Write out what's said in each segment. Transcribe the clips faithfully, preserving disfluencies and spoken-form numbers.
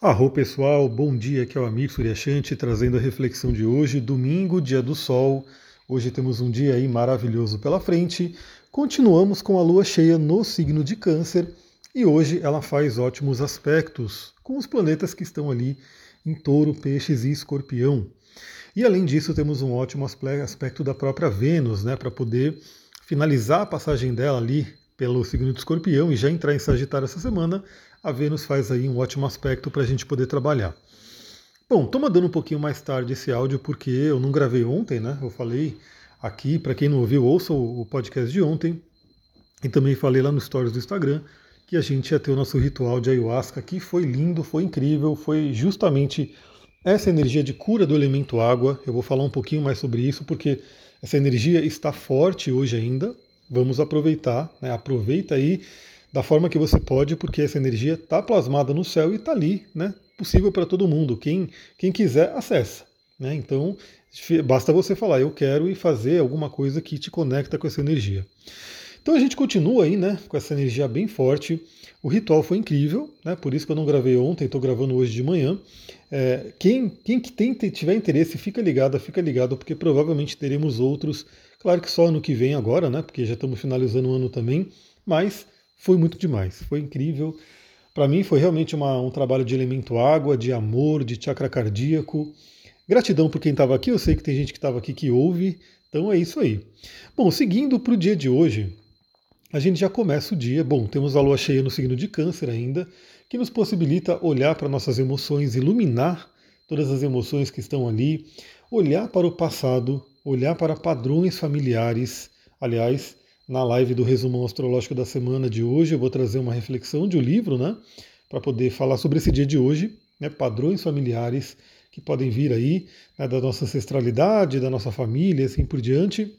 Arro pessoal, bom dia, aqui é o Amir Suryashanti trazendo a reflexão de hoje, domingo, dia do sol. Hoje temos um dia aí maravilhoso pela frente. Continuamos com a lua cheia no signo de Câncer e hoje ela faz ótimos aspectos com os planetas que estão ali em Touro, Peixes e Escorpião. E além disso, temos um ótimo aspecto da própria Vênus, né, para poder finalizar a passagem dela ali pelo signo de Escorpião e já entrar em Sagitário essa semana. A Vênus faz aí um ótimo aspecto para a gente poder trabalhar. Bom, estou mandando um pouquinho mais tarde esse áudio porque eu não gravei ontem, né? Eu falei aqui, para quem não ouviu, ouça o podcast de ontem. E também falei lá no Stories do Instagram que a gente ia ter o nosso ritual de Ayahuasca, que foi lindo, foi incrível, foi justamente essa energia de cura do elemento água. Eu vou falar um pouquinho mais sobre isso porque essa energia está forte hoje ainda. Vamos aproveitar, né? Aproveita aí da forma que você pode, porque essa energia está plasmada no céu e está ali, né? Possível para todo mundo. Quem, quem quiser, acessa. Né? Então, basta você falar, eu quero e fazer alguma coisa que te conecta com essa energia. Então a gente continua aí, né, com essa energia bem forte. O ritual foi incrível, né? Por isso que eu não gravei ontem, estou gravando hoje de manhã. É, quem quem que tem, tiver interesse, fica ligado, fica ligado, porque provavelmente teremos outros. Claro que só ano que vem agora, né? Porque já estamos finalizando o ano também, mas foi muito demais, foi incrível. Para mim foi realmente uma, um trabalho de elemento água, de amor, de chakra cardíaco. Gratidão por quem estava aqui, eu sei que tem gente que estava aqui que ouve, então é isso aí. Bom, seguindo para o dia de hoje, a gente já começa o dia. Bom, temos a lua cheia no signo de Câncer ainda, que nos possibilita olhar para nossas emoções, iluminar todas as emoções que estão ali, olhar para o passado, olhar para padrões familiares. Aliás, na live do resumão astrológico da semana de hoje, eu vou trazer uma reflexão de um livro, né, para poder falar sobre esse dia de hoje, né, padrões familiares que podem vir aí, né, da nossa ancestralidade, da nossa família, assim por diante,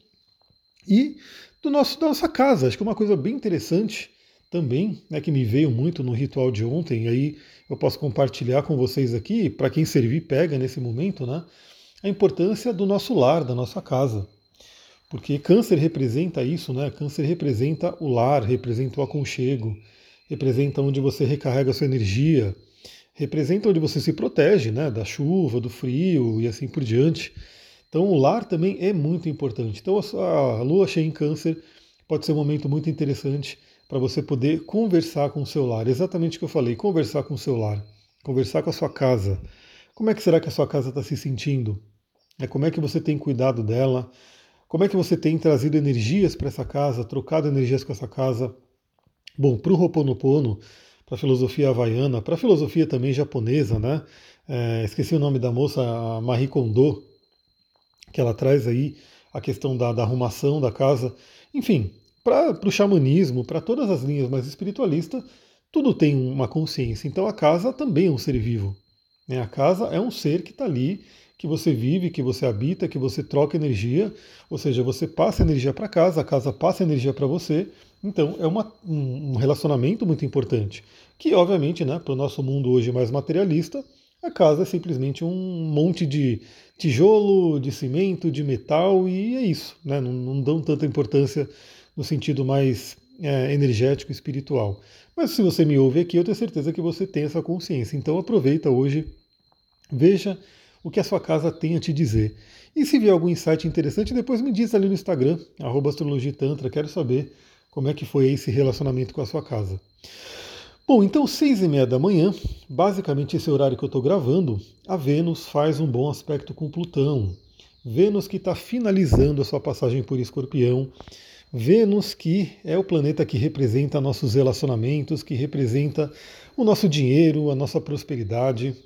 e do nosso, da nossa casa. Acho que é uma coisa bem interessante também, né, que me veio muito no ritual de ontem, e aí eu posso compartilhar com vocês aqui, para quem servir, pega nesse momento, né, a importância do nosso lar, da nossa casa. Porque Câncer representa isso, né? Câncer representa o lar, representa o aconchego, representa onde você recarrega a sua energia, representa onde você se protege, né? Da chuva, do frio e assim por diante. Então o lar também é muito importante. Então a lua cheia em Câncer pode ser um momento muito interessante para você poder conversar com o seu lar. Exatamente o que eu falei, conversar com o seu lar, conversar com a sua casa. Como é que será que a sua casa está se sentindo? É, como é que você tem cuidado dela? Como é que você tem trazido energias para essa casa, trocado energias com essa casa? Bom, para o Ho'oponopono, para a filosofia havaiana, para a filosofia também japonesa, né? É, esqueci o nome da moça, a Marie Kondo, que ela traz aí a questão da, da arrumação da casa. Enfim, para o xamanismo, para todas as linhas mais espiritualistas, tudo tem uma consciência. Então a casa também é um ser vivo. Né? A casa é um ser que está ali, que você vive, que você habita, que você troca energia, ou seja, você passa energia para casa, a casa passa energia para você. Então é uma, um relacionamento muito importante, que obviamente, né, para o nosso mundo hoje mais materialista, a casa é simplesmente um monte de tijolo, de cimento, de metal e é isso, né? Não, não dão tanta importância no sentido mais é, energético e espiritual. Mas se você me ouve aqui, eu tenho certeza que você tem essa consciência. Então aproveita hoje, veja o que a sua casa tem a te dizer. E se vier algum insight interessante, depois me diz ali no Instagram, arroba astrologitantra, quero saber como é que foi esse relacionamento com a sua casa. Bom, então seis e meia da manhã, basicamente esse horário que eu estou gravando, a Vênus faz um bom aspecto com Plutão. Vênus que está finalizando a sua passagem por Escorpião. Vênus que é o planeta que representa nossos relacionamentos, que representa o nosso dinheiro, a nossa prosperidade.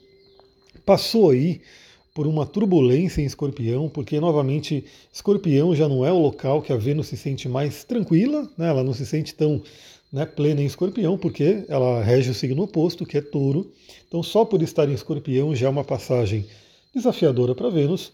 Passou aí por uma turbulência em Escorpião, porque novamente Escorpião já não é o local que a Vênus se sente mais tranquila, né? Ela não se sente tão, né, plena em Escorpião, porque ela rege o signo oposto, que é Touro. Então só por estar em Escorpião já é uma passagem desafiadora para Vênus.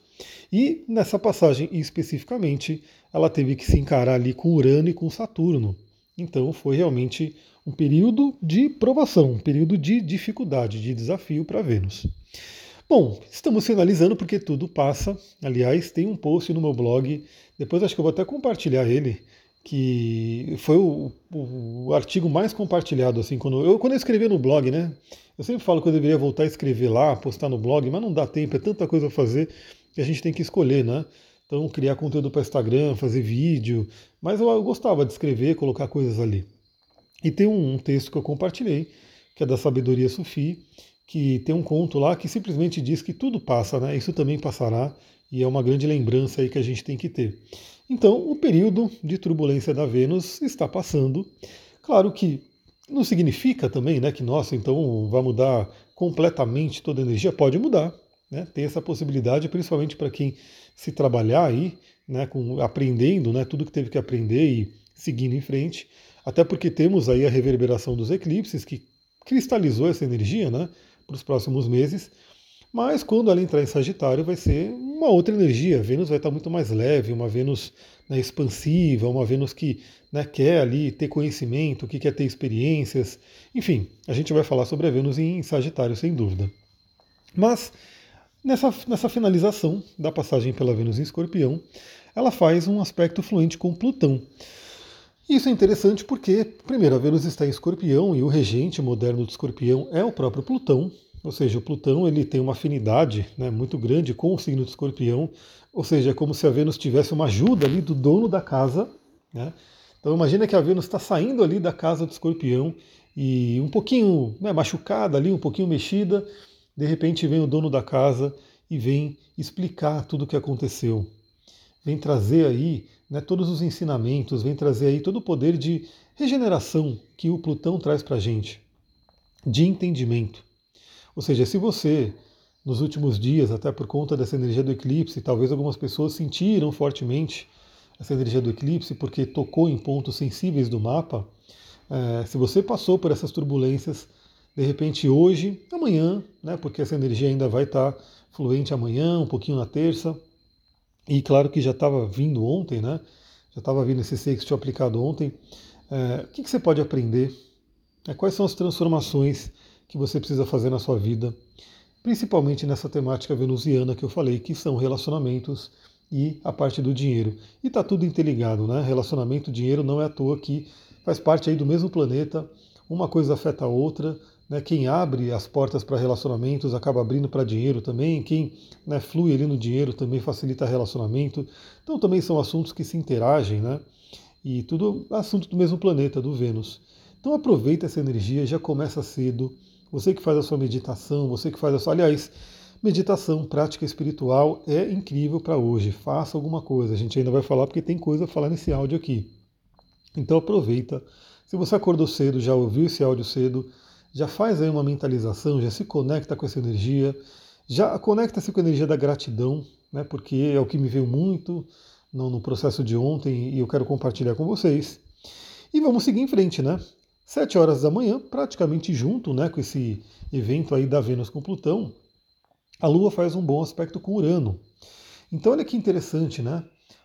E nessa passagem especificamente, ela teve que se encarar ali com Urano e com Saturno. Então foi realmente um período de provação, um período de dificuldade, de desafio para Vênus. Bom, estamos finalizando porque tudo passa. Aliás, tem um post no meu blog, depois acho que eu vou até compartilhar ele, que foi o, o, o artigo mais compartilhado, assim, quando eu, quando eu escrevi no blog, né? Eu sempre falo que eu deveria voltar a escrever lá, postar no blog, mas não dá tempo, é tanta coisa a fazer que a gente tem que escolher, né? Então, criar conteúdo para Instagram, fazer vídeo, mas eu, eu gostava de escrever, colocar coisas ali. E tem um, um texto que eu compartilhei, que é da Sabedoria Sufi, que tem um conto lá que simplesmente diz que tudo passa, né? Isso também passará, e é uma grande lembrança aí que a gente tem que ter. Então, o período de turbulência da Vênus está passando. Claro que não significa também, né, que nossa, então vai mudar completamente toda a energia. Pode mudar, né? Tem essa possibilidade, principalmente para quem se trabalhar aí, né, com, aprendendo, né, tudo que teve que aprender e seguindo em frente. Até porque temos aí a reverberação dos eclipses que cristalizou essa energia, né, para os próximos meses. Mas quando ela entrar em Sagitário vai ser uma outra energia. A Vênus vai estar muito mais leve, uma Vênus, né, expansiva, uma Vênus que, né, quer ali ter conhecimento, que quer ter experiências. Enfim, a gente vai falar sobre a Vênus em Sagitário, sem dúvida. Mas nessa, nessa finalização da passagem pela Vênus em Escorpião, ela faz um aspecto fluente com Plutão. Isso é interessante porque, primeiro, a Vênus está em Escorpião e o regente moderno do Escorpião é o próprio Plutão. Ou seja, o Plutão ele tem uma afinidade, né, muito grande com o signo de Escorpião, ou seja, é como se a Vênus tivesse uma ajuda ali do dono da casa, né? Então imagina que a Vênus está saindo ali da casa do Escorpião e um pouquinho, né, machucada ali, um pouquinho mexida, de repente vem o dono da casa e vem explicar tudo o que aconteceu. Vem trazer aí, né, todos os ensinamentos, vem trazer aí todo o poder de regeneração que o Plutão traz para a gente, de entendimento. Ou seja, se você, nos últimos dias, até por conta dessa energia do eclipse, talvez algumas pessoas sentiram fortemente essa energia do eclipse porque tocou em pontos sensíveis do mapa, é, se você passou por essas turbulências, de repente hoje, amanhã, né, porque essa energia ainda vai estar fluente amanhã, um pouquinho na terça, e claro que já estava vindo ontem, né, já estava vindo esse sextil aplicado ontem, é, o que, que você pode aprender? É, quais são as transformações que você precisa fazer na sua vida, principalmente nessa temática venusiana que eu falei, que são relacionamentos e a parte do dinheiro. E está tudo interligado, né? Relacionamento, dinheiro não é à toa que faz parte aí do mesmo planeta, uma coisa afeta a outra, né? Quem abre as portas para relacionamentos acaba abrindo para dinheiro também, quem, né, flui ali no dinheiro também facilita relacionamento. Então também são assuntos que se interagem, né? E tudo assunto do mesmo planeta, do Vênus. Então aproveita essa energia, já começa cedo. Você que faz a sua meditação, você que faz a sua... Aliás, meditação, prática espiritual é incrível para hoje. Faça alguma coisa. A gente ainda vai falar porque tem coisa a falar nesse áudio aqui. Então aproveita. Se você acordou cedo, já ouviu esse áudio cedo, já faz aí uma mentalização, já se conecta com essa energia, já conecta-se com a energia da gratidão, né? Porque é o que me veio muito no, no processo de ontem e eu quero compartilhar com vocês. E vamos seguir em frente, né? Sete horas da manhã, praticamente junto, né, com esse evento aí da Vênus com Plutão, a Lua faz um bom aspecto com Urano. Então olha que interessante, né?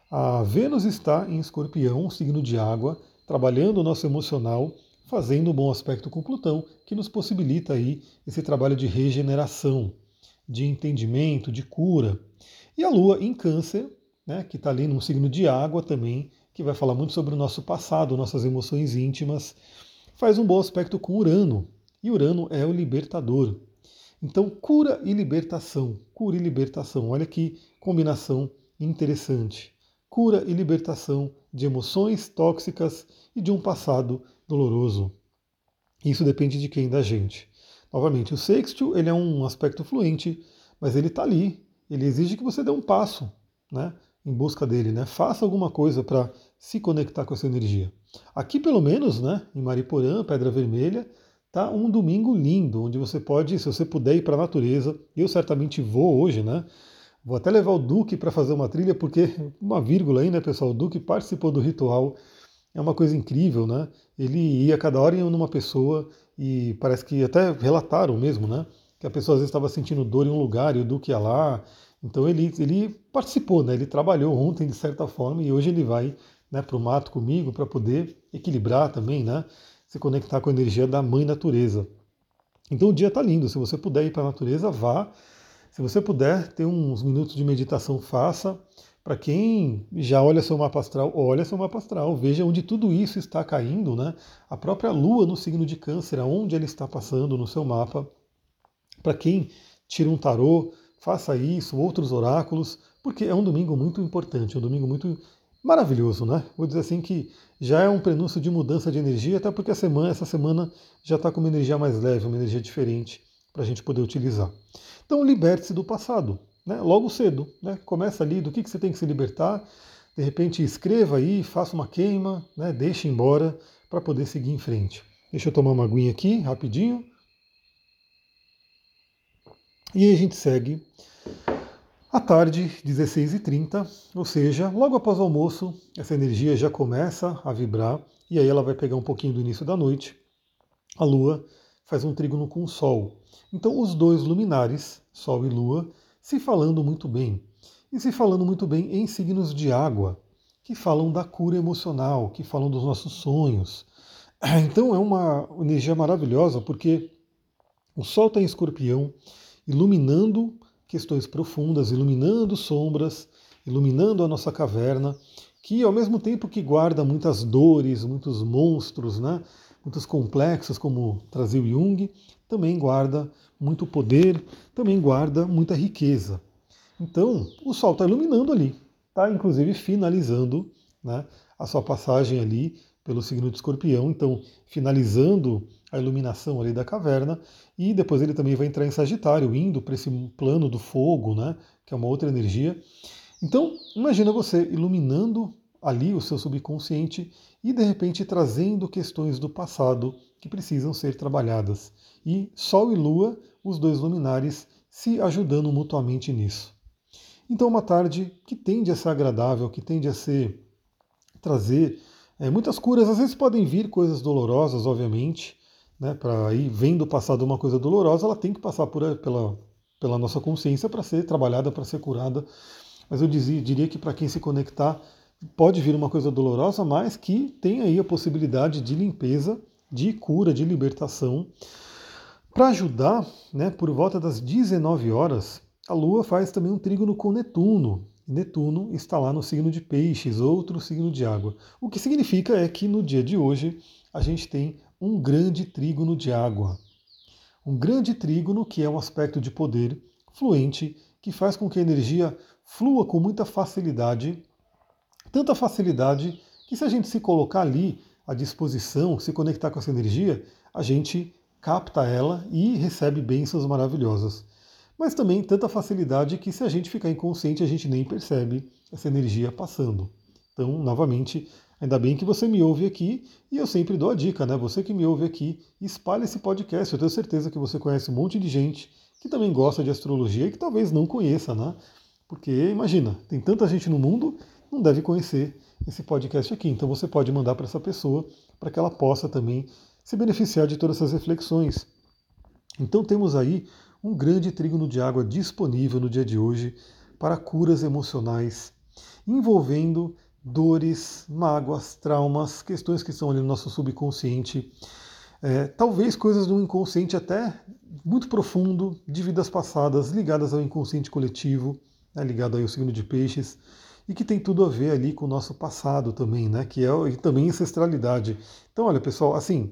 A Vênus está em Escorpião, signo de água, trabalhando o nosso emocional, fazendo um bom aspecto com Plutão, que nos possibilita aí esse trabalho de regeneração, de entendimento, de cura. E a Lua em Câncer, né, que está ali num signo de água também, que vai falar muito sobre o nosso passado, nossas emoções íntimas, faz um bom aspecto com Urano. E Urano é o libertador. Então, cura e libertação. Cura e libertação. Olha que combinação interessante. Cura e libertação de emoções tóxicas e de um passado doloroso. Isso depende de quem? Da gente. Novamente, o sextil ele é um aspecto fluente, mas ele está ali. Ele exige que você dê um passo, né, em busca dele. Né? Faça alguma coisa para se conectar com essa energia. Aqui, pelo menos, né, em Mariporã, Pedra Vermelha, tá um domingo lindo, onde você pode, se você puder ir para a natureza, eu certamente vou hoje, né? Vou até levar o Duque para fazer uma trilha, porque, uma vírgula aí, né, pessoal? O Duque participou do ritual, é uma coisa incrível, né? Ele ia cada hora em uma pessoa e parece que até relataram mesmo, né? Que a pessoa às vezes estava sentindo dor em um lugar e o Duque ia lá. Então ele, ele participou, né? Ele trabalhou ontem de certa forma e hoje ele vai, né, para o mato comigo para poder equilibrar também, né? Se conectar com a energia da mãe natureza. Então o dia está lindo, se você puder ir para a natureza, vá. Se você puder ter uns minutos de meditação, faça. Para quem já olha seu mapa astral, olha seu mapa astral, veja onde tudo isso está caindo, né? A própria Lua no signo de Câncer, aonde ela está passando no seu mapa. Para quem tira um tarô, faça isso, outros oráculos, porque é um domingo muito importante, é um domingo muito maravilhoso, né? Vou dizer assim que já é um prenúncio de mudança de energia, até porque a semana, essa semana já está com uma energia mais leve, uma energia diferente para a gente poder utilizar. Então liberte-se do passado, né? Logo cedo, né? Começa ali do que, que você tem que se libertar, de repente escreva aí, faça uma queima, né? Deixe embora para poder seguir em frente. Deixa eu tomar uma aguinha aqui, rapidinho. E aí a gente segue à tarde, dezesseis e trinta, ou seja, logo após o almoço, essa energia já começa a vibrar, e aí ela vai pegar um pouquinho do início da noite. A Lua faz um trígono com o Sol. Então os dois luminares, Sol e Lua, se falando muito bem. E se falando muito bem em signos de água, que falam da cura emocional, que falam dos nossos sonhos. Então é uma energia maravilhosa, porque o Sol está em Escorpião, iluminando questões profundas, iluminando sombras, iluminando a nossa caverna, que ao mesmo tempo que guarda muitas dores, muitos monstros, né, muitos complexos, como trazia o Jung, também guarda muito poder, também guarda muita riqueza. Então, o Sol está iluminando ali, está inclusive finalizando, né, a sua passagem ali pelo signo de Escorpião, então finalizando a iluminação ali da caverna, e depois ele também vai entrar em Sagitário, indo para esse plano do fogo, né, que é uma outra energia. Então, imagina você iluminando ali o seu subconsciente e de repente trazendo questões do passado que precisam ser trabalhadas. E Sol e Lua, os dois luminares, se ajudando mutuamente nisso. Então, uma tarde que tende a ser agradável, que tende a ser trazer é, muitas curas. Às vezes podem vir coisas dolorosas, obviamente, né, para ir vendo o passado uma coisa dolorosa, ela tem que passar por, pela, pela nossa consciência para ser trabalhada, para ser curada. Mas eu dizia, diria que para quem se conectar, pode vir uma coisa dolorosa, mas que tem aí a possibilidade de limpeza, de cura, de libertação. Para ajudar, né, por volta das dezenove horas, a Lua faz também um trígono com Netuno. Netuno está lá no signo de Peixes, outro signo de água. O que significa é que no dia de hoje a gente tem um grande trígono de água. Um grande trígono que é um aspecto de poder fluente, que faz com que a energia flua com muita facilidade, tanta facilidade que se a gente se colocar ali à disposição, se conectar com essa energia, a gente capta ela e recebe bênçãos maravilhosas. Mas também tanta facilidade que se a gente ficar inconsciente, a gente nem percebe essa energia passando. Então, novamente, ainda bem que você me ouve aqui, e eu sempre dou a dica, né? Você que me ouve aqui, espalhe esse podcast. Eu tenho certeza que você conhece um monte de gente que também gosta de astrologia e que talvez não conheça, né? Porque, imagina, tem tanta gente no mundo, não deve conhecer esse podcast aqui. Então você pode mandar para essa pessoa, para que ela possa também se beneficiar de todas essas reflexões. Então temos aí um grande trígono de água disponível no dia de hoje para curas emocionais, envolvendo dores, mágoas, traumas, questões que estão ali no nosso subconsciente, é, talvez coisas do inconsciente até muito profundo, de vidas passadas, ligadas ao inconsciente coletivo, né, ligado aí ao signo de Peixes, e que tem tudo a ver ali com o nosso passado também, né, que é e também ancestralidade. Então, olha, pessoal, assim,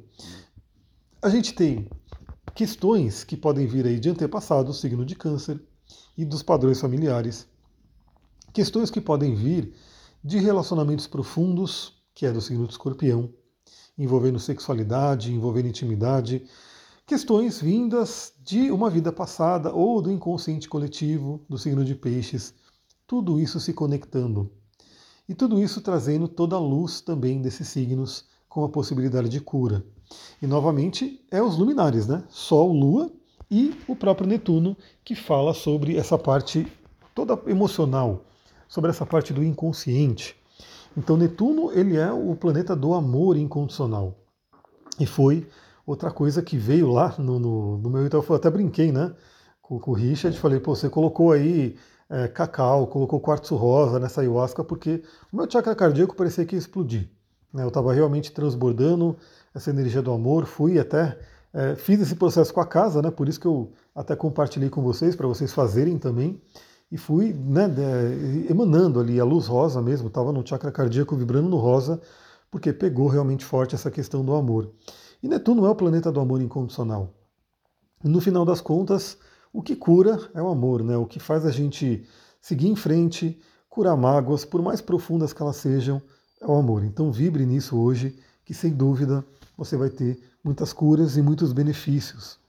a gente tem questões que podem vir aí de antepassados, signo de Câncer, e dos padrões familiares. Questões que podem vir de relacionamentos profundos, que é do signo de Escorpião, envolvendo sexualidade, envolvendo intimidade. Questões vindas de uma vida passada ou do inconsciente coletivo, do signo de Peixes. Tudo isso se conectando. E tudo isso trazendo toda a luz também desses signos com a possibilidade de cura. E novamente é os luminares, né? Sol, Lua e o próprio Netuno, que fala sobre essa parte toda emocional, sobre essa parte do inconsciente. Então Netuno, ele é o planeta do amor incondicional. E foi outra coisa que veio lá no, no, no meu então eu até brinquei, né? Com, com o Richard, falei, pô, você colocou aí é, cacau, colocou quartzo rosa nessa ayahuasca, porque o meu chakra cardíaco parecia que ia explodir. Eu estava realmente transbordando essa energia do amor, fui até, é, fiz esse processo com a casa, né? Por isso que eu até compartilhei com vocês, para vocês fazerem também. e fui né, de, emanando ali a luz rosa mesmo, estava no chakra cardíaco vibrando no rosa, porque pegou realmente forte essa questão do amor. E Netuno é o planeta do amor incondicional. E no final das contas, o que cura é o amor, né? O que faz a gente seguir em frente, curar mágoas, por mais profundas que elas sejam, é o amor. Então vibre nisso hoje, que sem dúvida você vai ter muitas curas e muitos benefícios.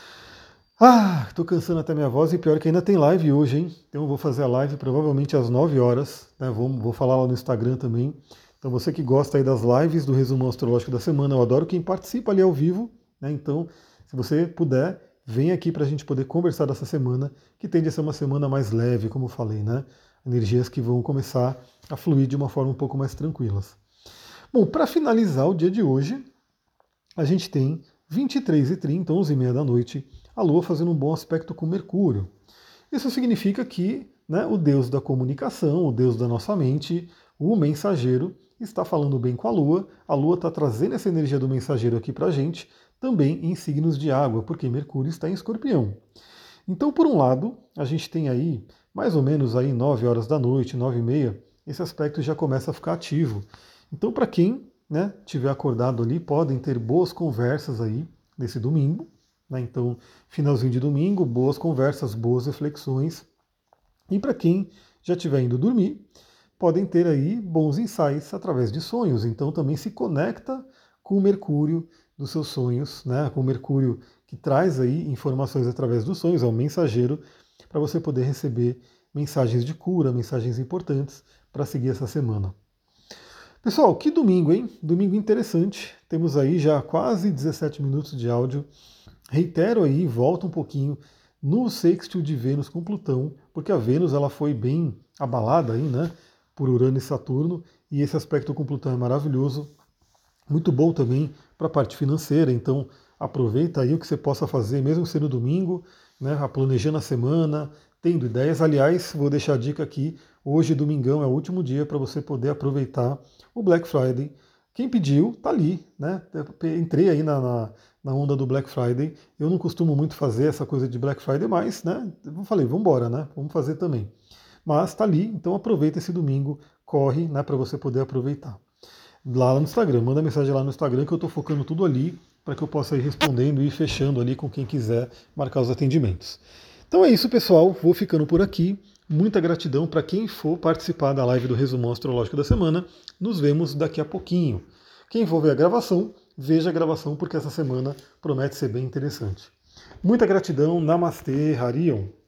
Ah, estou cansando até minha voz e pior que ainda tem live hoje, hein? Então eu vou fazer a live provavelmente às nove horas, né? Vou, vou falar lá no Instagram também. Então você que gosta aí das lives do resumo astrológico da semana, eu adoro quem participa ali ao vivo, né? Então, se você puder, vem aqui para a gente poder conversar dessa semana, que tende a ser uma semana mais leve, como eu falei, né? Energias que vão começar a fluir de uma forma um pouco mais tranquilas. Bom, para finalizar o dia de hoje, a gente tem vinte e três e trinta, onze e meia da noite, a Lua fazendo um bom aspecto com Mercúrio. Isso significa que né, o Deus da comunicação, o Deus da nossa mente, o mensageiro, está falando bem com a Lua. A Lua está trazendo essa energia do mensageiro aqui para a gente, também em signos de água, porque Mercúrio está em Escorpião. Então, por um lado, a gente tem aí, mais ou menos aí nove horas da noite, nove e meia, esse aspecto já começa a ficar ativo. Então, para quem né, tiver acordado ali, podem ter boas conversas aí nesse domingo. Né? Então, finalzinho de domingo, boas conversas, boas reflexões. E para quem já estiver indo dormir, podem ter aí bons insights através de sonhos. Então, também se conecta com o Mercúrio dos seus sonhos, né? Com o Mercúrio que traz aí informações através dos sonhos, é o mensageiro, para você poder receber mensagens de cura, mensagens importantes para seguir essa semana. Pessoal, que domingo, hein? Domingo interessante. Temos aí já quase dezessete minutos de áudio. Reitero aí, volta um pouquinho no sextil de Vênus com Plutão, porque a Vênus ela foi bem abalada aí, né? Por Urano e Saturno, e esse aspecto com Plutão é maravilhoso. Muito bom também para a parte financeira, então aproveita aí o que você possa fazer, mesmo sendo domingo, né? Planejando a semana, tendo ideias. Aliás, vou deixar a dica aqui, hoje, domingão, é o último dia para você poder aproveitar o Black Friday. Quem pediu, tá ali, né? Entrei aí na, na, na onda do Black Friday. Eu não costumo muito fazer essa coisa de Black Friday, mas, né? Eu falei, vamos embora, né? Vamos fazer também. Mas tá ali, então aproveita esse domingo, corre, né? Para você poder aproveitar. Lá no Instagram, manda mensagem lá no Instagram que eu estou focando tudo ali para que eu possa ir respondendo e fechando ali com quem quiser marcar os atendimentos. Então é isso, pessoal. Vou ficando por aqui. Muita gratidão para quem for participar da live do Resumo Astrológico da semana. Nos vemos daqui a pouquinho. Quem for ver a gravação, veja a gravação porque essa semana promete ser bem interessante. Muita gratidão. Namastê, Harion.